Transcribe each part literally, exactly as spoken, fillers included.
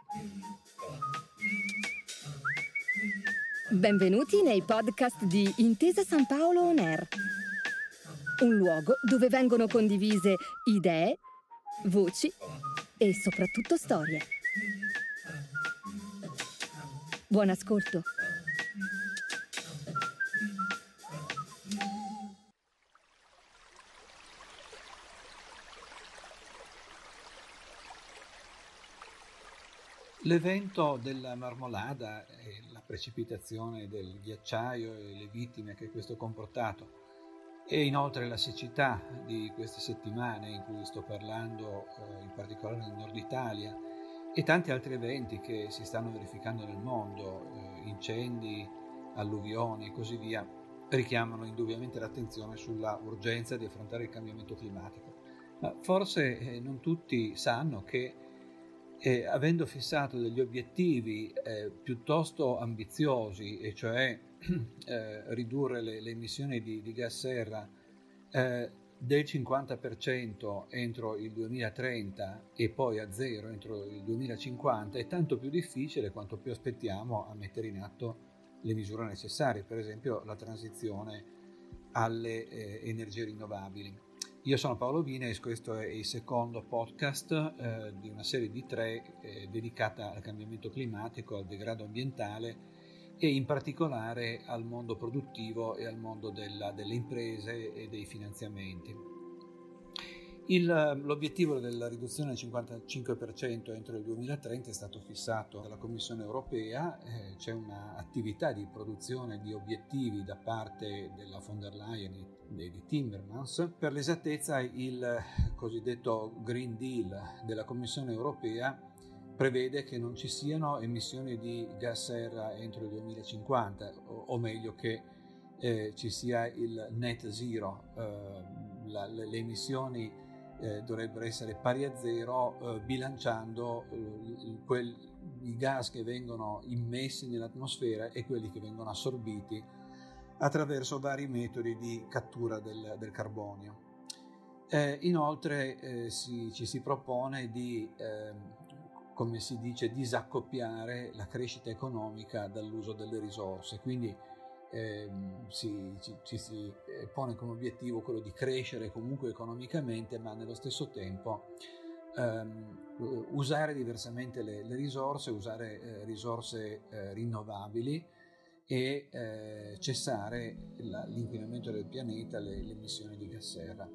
Benvenuti nei podcast di Intesa San Paolo On Air, un luogo dove vengono condivise idee, voci e soprattutto storie. Buon ascolto. L'evento della Marmolada e la precipitazione del ghiacciaio e le vittime che questo ha comportato, e inoltre la siccità di queste settimane in cui sto parlando, eh, in particolare nel nord Italia, e tanti altri eventi che si stanno verificando nel mondo, eh, incendi, alluvioni e così via, richiamano indubbiamente l'attenzione sulla urgenza di affrontare il cambiamento climatico. Ma forse eh, non tutti sanno che E avendo fissato degli obiettivi eh, piuttosto ambiziosi, e cioè eh, ridurre le, le emissioni di, di gas serra eh, del cinquanta per cento entro il duemilatrenta e poi a zero entro il duemilacinquanta, è tanto più difficile quanto più aspettiamo a mettere in atto le misure necessarie, per esempio la transizione alle eh, energie rinnovabili. Io sono Paolo Vines, questo è il secondo podcast eh, di una serie di tre eh, dedicata al cambiamento climatico, al degrado ambientale e in particolare al mondo produttivo e al mondo della, delle imprese e dei finanziamenti. Il, l'obiettivo della riduzione del cinquantacinque per cento entro il duemilatrenta è stato fissato dalla Commissione Europea, eh, c'è un'attività di produzione di obiettivi da parte della von der Leyen e di Timmermans. Per l'esattezza, il cosiddetto Green Deal della Commissione Europea prevede che non ci siano emissioni di gas serra entro il duemilacinquanta, o, o meglio che eh, ci sia il net zero, eh, la, le, le emissioni Eh, dovrebbero essere pari a zero, eh, bilanciando eh, quel, i gas che vengono immessi nell'atmosfera e quelli che vengono assorbiti attraverso vari metodi di cattura del, del carbonio. Eh, inoltre eh, si, ci si propone di, eh, come si dice, disaccoppiare la crescita economica dall'uso delle risorse, quindi Eh, si, ci, ci si pone come obiettivo quello di crescere comunque economicamente, ma nello stesso tempo ehm, usare diversamente le, le risorse, usare eh, risorse eh, rinnovabili e eh, cessare la, l'inquinamento del pianeta, le, le emissioni di gas serra.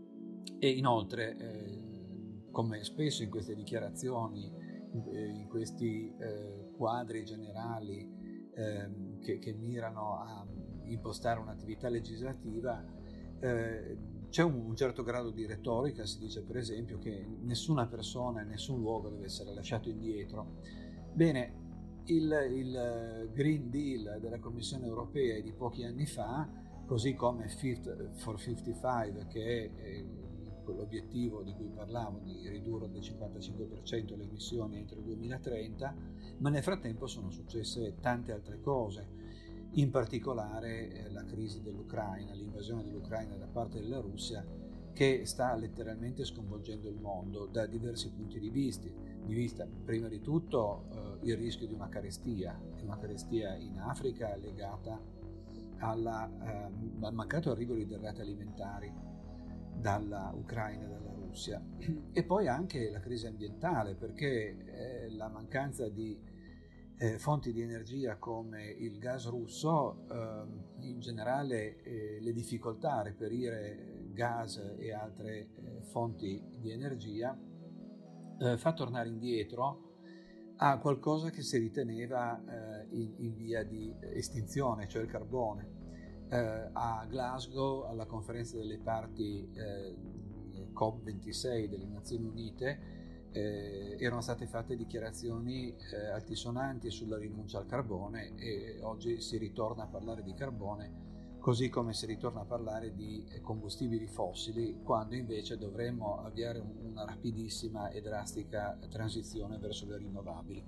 E inoltre, eh, come spesso in queste dichiarazioni, eh, in questi eh, quadri generali Ehm, che, che mirano a impostare un'attività legislativa, eh, c'è un, un certo grado di retorica. Si dice per esempio che nessuna persona e nessun luogo deve essere lasciato indietro. Bene, il, il Green Deal della Commissione Europea è di pochi anni fa, così come Fit for cinquantacinque, che è eh, l'obiettivo di cui parlavo, di ridurre del cinquantacinque per cento le emissioni entro il duemilatrenta, ma nel frattempo sono successe tante altre cose, in particolare eh, la crisi dell'Ucraina, l'invasione dell'Ucraina da parte della Russia, che sta letteralmente sconvolgendo il mondo da diversi punti di vista. Di vista prima di tutto eh, il rischio di una carestia, di una carestia in Africa legata alla, eh, al mancato arrivo di derrate alimentari dalla Ucraina e dalla Russia, e poi anche la crisi ambientale, perché eh, la mancanza di eh, fonti di energia come il gas russo, eh, in generale eh, le difficoltà a reperire gas e altre eh, fonti di energia eh, fa tornare indietro a qualcosa che si riteneva eh, in, in via di estinzione, cioè il carbone. Eh, a Glasgow, alla conferenza delle parti eh, COP ventisei delle Nazioni Unite, eh, erano state fatte dichiarazioni eh, altisonanti sulla rinuncia al carbone, e oggi si ritorna a parlare di carbone, così come si ritorna a parlare di combustibili fossili, quando invece dovremmo avviare una rapidissima e drastica transizione verso le rinnovabili.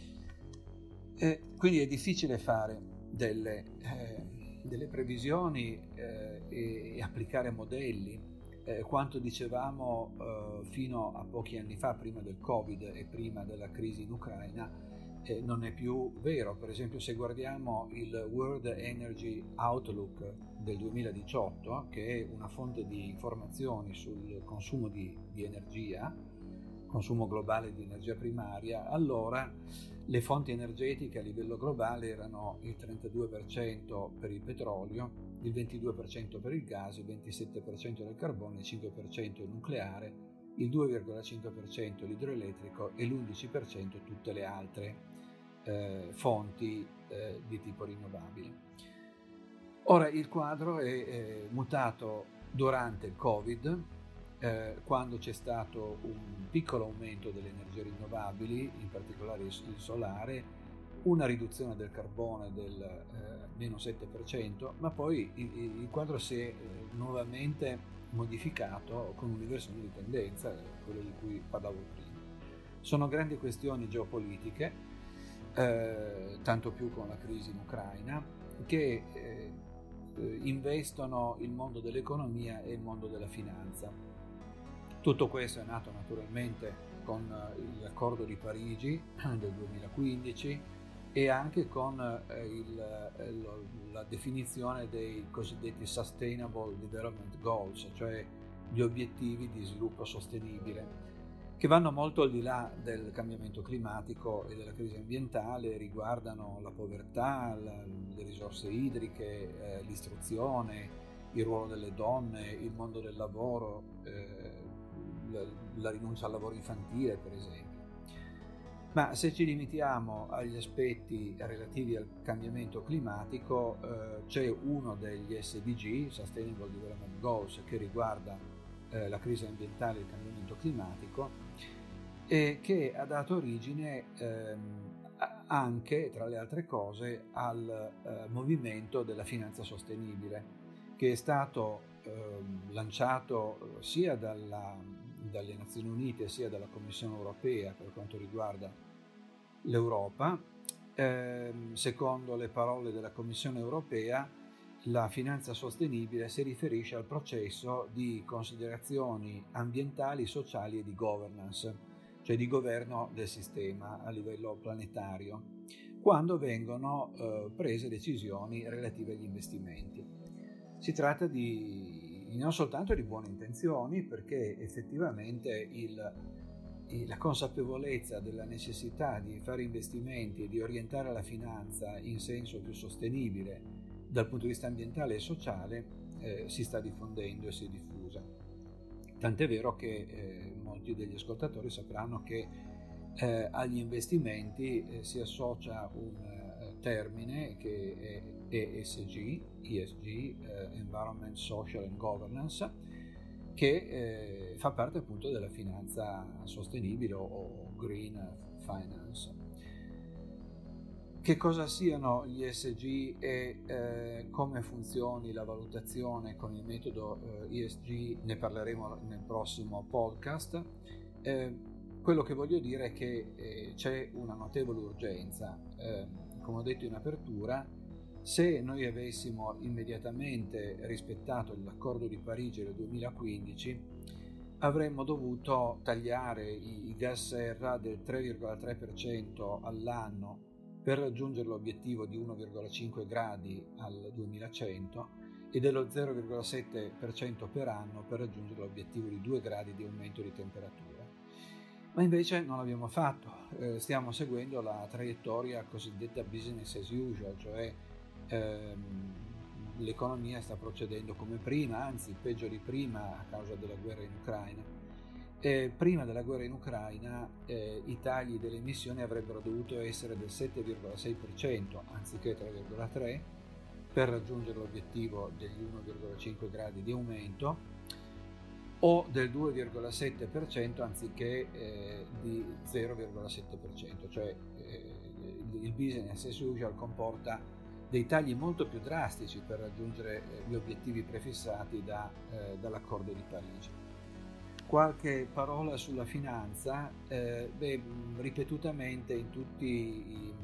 Eh, quindi è difficile fare delle eh, delle previsioni eh, e, e applicare modelli eh, quanto dicevamo eh, fino a pochi anni fa, prima del Covid e prima della crisi in Ucraina, eh, non è più vero. Per esempio, se guardiamo il World Energy Outlook del duemiladiciotto, che è una fonte di informazioni sul consumo di, di energia, consumo globale di energia primaria, allora le fonti energetiche a livello globale erano il trentadue per cento per il petrolio, il ventidue per cento per il gas, il ventisette per cento del carbone, il cinque per cento il nucleare, il due virgola cinque per cento l'idroelettrico e l'undici per cento tutte le altre eh, fonti eh, di tipo rinnovabile. Ora il quadro è eh, mutato durante il Covid, eh, quando c'è stato un piccolo aumento delle energie rinnovabili, in particolare il solare, una riduzione del carbone del eh, meno sette per cento, ma poi il, il quadro si è eh, nuovamente modificato con un'inversione di tendenza, quello di cui parlavo prima. Sono grandi questioni geopolitiche, eh, tanto più con la crisi in Ucraina, che eh, investono il mondo dell'economia e il mondo della finanza. Tutto questo è nato naturalmente con l'accordo di Parigi del duemilaquindici e anche con eh, il, la definizione dei cosiddetti Sustainable Development Goals, cioè gli obiettivi di sviluppo sostenibile, che vanno molto al di là del cambiamento climatico e della crisi ambientale, riguardano la povertà, la, le risorse idriche, eh, l'istruzione, il ruolo delle donne, il mondo del lavoro, eh, la, la rinuncia al lavoro infantile, per esempio. Ma se ci limitiamo agli aspetti relativi al cambiamento climatico, eh, c'è uno degli S D G, Sustainable Development Goals, che riguarda eh, la crisi ambientale e il cambiamento climatico, e che ha dato origine ehm, anche, tra le altre cose, al eh, movimento della finanza sostenibile, che è stato eh, lanciato sia dalla, dalle Nazioni Unite sia dalla Commissione Europea per quanto riguarda l'Europa. Eh, secondo le parole della Commissione Europea, la finanza sostenibile si riferisce al processo di considerazioni ambientali, sociali e di governance, cioè di governo del sistema a livello planetario, quando vengono eh, prese decisioni relative agli investimenti. Si tratta di non soltanto di buone intenzioni, perché effettivamente il, la consapevolezza della necessità di fare investimenti e di orientare la finanza in senso più sostenibile dal punto di vista ambientale e sociale eh, si sta diffondendo e si è diffusa. Tant'è vero che eh, molti degli ascoltatori sapranno che eh, agli investimenti eh, si associa un eh, termine che è E S G, E S G, eh, Environment, Social and Governance, che eh, fa parte appunto della finanza sostenibile o, o Green Finance. Che cosa siano gli E S G e eh, come funzioni la valutazione con il metodo eh, E S G ne parleremo nel prossimo podcast. Eh, quello che voglio dire è che eh, c'è una notevole urgenza. Eh, come ho detto in apertura, se noi avessimo immediatamente rispettato l'accordo di Parigi del duemilaquindici, avremmo dovuto tagliare i, i gas serra del tre virgola tre per cento all'anno per raggiungere l'obiettivo di uno virgola cinque gradi al duemilacento e dello zero virgola sette per cento per anno per raggiungere l'obiettivo di due gradi di aumento di temperatura. Ma invece non l'abbiamo fatto, eh, stiamo seguendo la traiettoria cosiddetta business as usual, cioè ehm, l'economia sta procedendo come prima, anzi peggio di prima a causa della guerra in Ucraina. Eh, prima della guerra in Ucraina eh, i tagli delle emissioni avrebbero dovuto essere del sette virgola sei per cento anziché tre virgola tre per cento per raggiungere l'obiettivo degli uno virgola cinque gradi di aumento, o del due virgola sette per cento anziché eh, di zero virgola sette per cento, cioè eh, il business as usual comporta dei tagli molto più drastici per raggiungere gli obiettivi prefissati da, eh, dall'accordo di Parigi. Qualche parola sulla finanza. Eh, beh, ripetutamente in tutte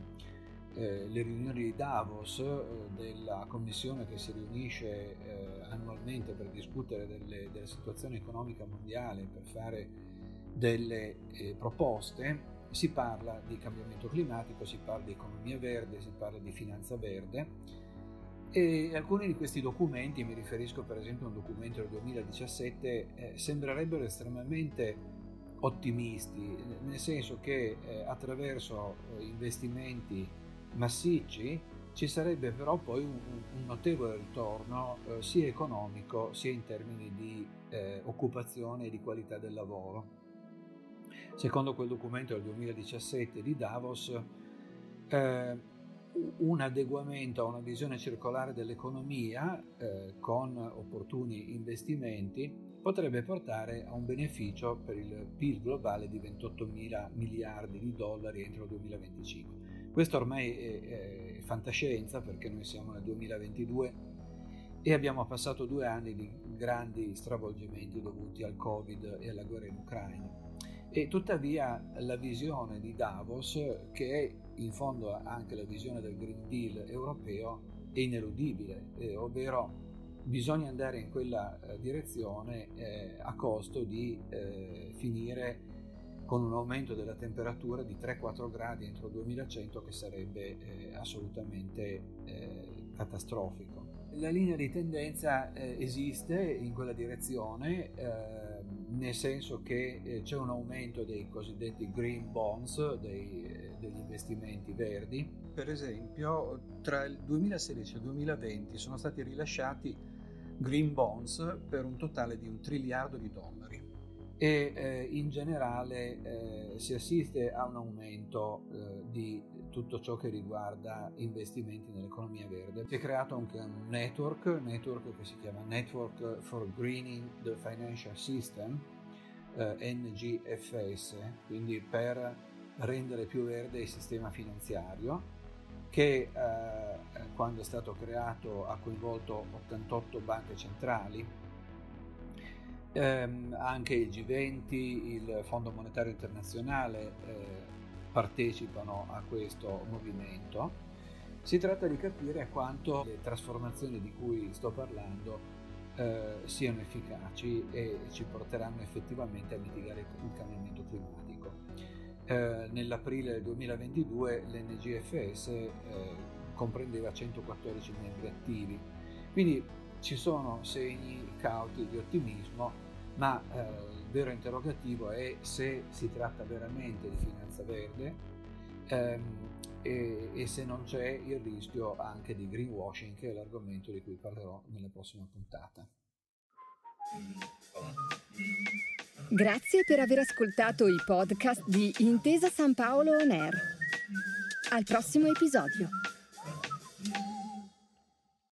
eh, le riunioni di Davos eh, della commissione che si riunisce eh, annualmente per discutere delle, della situazione economica mondiale, per fare delle eh, proposte, si parla di cambiamento climatico, si parla di economia verde, si parla di finanza verde, e alcuni di questi documenti, mi riferisco per esempio a un documento del duemiladiciassette, eh, sembrerebbero estremamente ottimisti, nel senso che eh, attraverso eh, investimenti massicci ci sarebbe però poi un, un notevole ritorno eh, sia economico sia in termini di eh, occupazione e di qualità del lavoro. Secondo quel documento del duemiladiciassette di Davos, eh, un adeguamento a una visione circolare dell'economia eh, con opportuni investimenti potrebbe portare a un beneficio per il P I L globale di ventottomila miliardi di dollari entro il duemilaventicinque. Questo ormai è, è fantascienza, perché noi siamo nel duemilaventidue e abbiamo passato due anni di grandi stravolgimenti dovuti al Covid e alla guerra in Ucraina. E tuttavia la visione di Davos, che è in fondo anche la visione del Green Deal europeo, è ineludibile, eh, ovvero bisogna andare in quella eh, direzione eh, a costo di eh, finire con un aumento della temperatura di tre quattro gradi entro il duemilacento, che sarebbe eh, assolutamente eh, catastrofico. La linea di tendenza eh, esiste in quella direzione, eh, nel senso che eh, c'è un aumento dei cosiddetti green bonds, dei, eh, degli investimenti verdi. Per esempio, tra il duemilasedici e il duemilaventi sono stati rilasciati green bonds per un totale di un triliardo di dollari e eh, in generale eh, si assiste a un aumento eh, di tutto ciò che riguarda investimenti nell'economia verde. Si è creato anche un network, network che si chiama Network for Greening the Financial System, eh, N G F S, quindi per rendere più verde il sistema finanziario, che eh, quando è stato creato ha coinvolto ottantotto banche centrali, ehm, anche il G venti, il Fondo Monetario Internazionale eh, partecipano a questo movimento. Si tratta di capire quanto le trasformazioni di cui sto parlando eh, siano efficaci e ci porteranno effettivamente a mitigare il cambiamento climatico. Eh, nell'aprile del duemilaventidue l'N G F S eh, comprendeva centoquattordici membri attivi, quindi ci sono segni cauti di ottimismo, ma eh, il vero interrogativo è se si tratta veramente di finanza verde ehm, e, e se non c'è il rischio anche di greenwashing, che è l'argomento di cui parlerò nella prossima puntata. Grazie per aver ascoltato i podcast di Intesa San Paolo On Air. Al prossimo episodio.